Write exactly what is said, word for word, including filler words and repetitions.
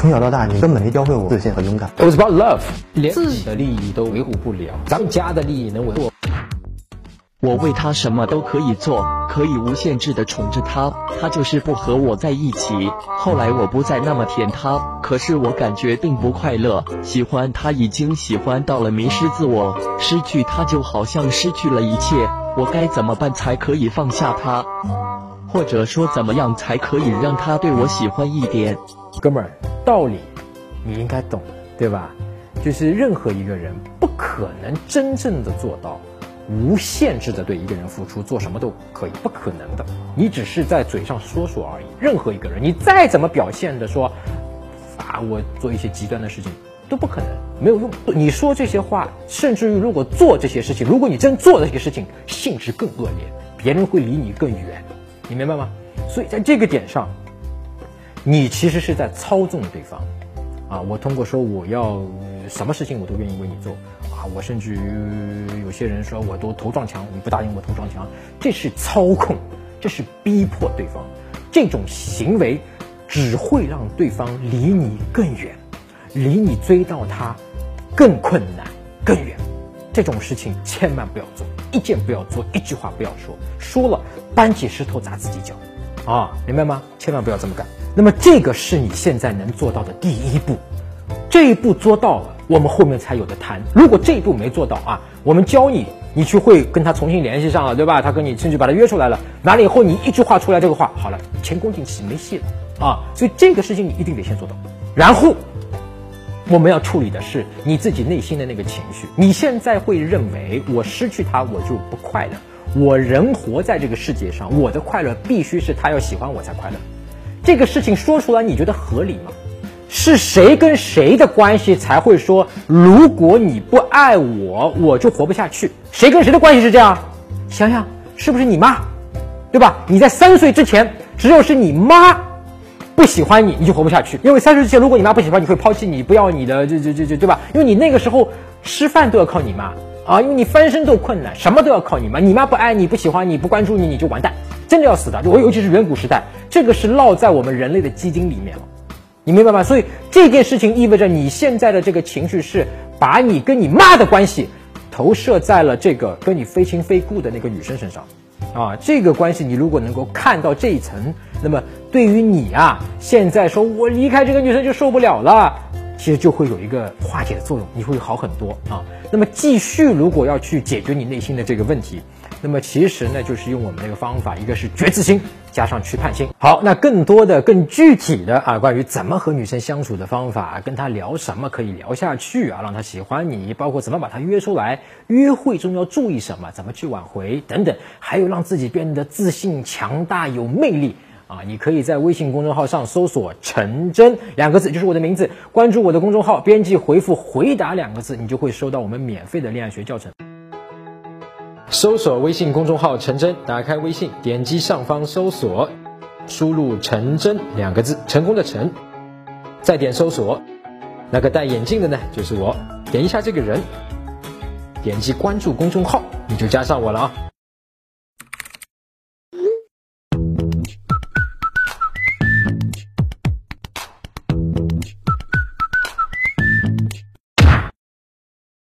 从小到大，你根本没教会我自信和勇敢。 It was about love， 连自己的利益都维护不了，咱们家的利益能维护？ 我为他什么都可以做，可以无限制的宠着他，他就是不和我在一起。后来我不再那么舔他，可是我感觉并不快乐。喜欢他已经喜欢到了迷失自我，失去他就好像失去了一切。我该怎么办才可以放下他？或者说怎么样才可以让他对我喜欢一点？ 哥们儿，道理你应该懂，对吧？就是任何一个人不可能真正的做到无限制的对一个人付出，做什么都可以，不可能的。你只是在嘴上说说而已。任何一个人，你再怎么表现的说啊，我做一些极端的事情，都不可能，没有用。你说这些话，甚至于如果做这些事情，如果你真做的这些事情，性质更恶劣，别人会离你更远，你明白吗？所以在这个点上，你其实是在操纵对方。啊，我通过说我要什么事情我都愿意为你做啊，我甚至于有些人说我都头撞墙，你不答应我头撞墙，这是操控，这是逼迫对方，这种行为只会让对方离你更远，离你追到他更困难更远。这种事情千万不要做，一件不要做，一句话不要说，说了搬起石头砸自己脚啊，明白吗？千万不要这么干。那么这个是你现在能做到的第一步，这一步做到了，我们后面才有的谈。如果这一步没做到啊，我们教你，你去会跟他重新联系上了，对吧？他跟你甚至把他约出来了，完了以后你一句话出来这个话，好了，前功尽弃没戏了啊！所以这个事情你一定得先做到。然后我们要处理的是你自己内心的那个情绪。你现在会认为我失去他我就不快乐，我人活在这个世界上，我的快乐必须是他要喜欢我才快乐。这个事情说出来你觉得合理吗？是谁跟谁的关系才会说如果你不爱我我就活不下去？谁跟谁的关系是这样？想想是不是你妈，对吧？你在三岁之前只有是你妈不喜欢你你就活不下去，因为三岁之前如果你妈不喜欢你会抛弃你，不要你的这这这这对吧？因为你那个时候吃饭都要靠你妈啊，因为你翻身都困难，什么都要靠你妈，你妈不爱你不喜欢你不关注你你就完蛋，真的要死的。我尤其是远古时代，这个是烙在我们人类的基因里面了，你明白吗？所以这件事情意味着你现在的这个情绪是把你跟你妈的关系投射在了这个跟你非亲非故的那个女生身上啊，这个关系你如果能够看到这一层，那么对于你啊现在说我离开这个女生就受不了了，其实就会有一个化解的作用，你会好很多啊。那么继续如果要去解决你内心的这个问题，那么其实呢就是用我们那个方法，一个是觉知心加上去判心。好，那更多的更具体的啊，关于怎么和女生相处的方法，跟她聊什么可以聊下去啊，让她喜欢你，包括怎么把她约出来，约会中要注意什么，怎么去挽回等等，还有让自己变得自信强大有魅力啊，你可以在微信公众号上搜索陈真两个字，就是我的名字，关注我的公众号，编辑回复回答两个字，你就会收到我们免费的恋爱学教程。搜索微信公众号陈真，打开微信，点击上方搜索，输入陈真两个字，成功的陈，再点搜索，那个戴眼镜的呢就是我，点一下这个人，点击关注公众号，你就加上我了啊。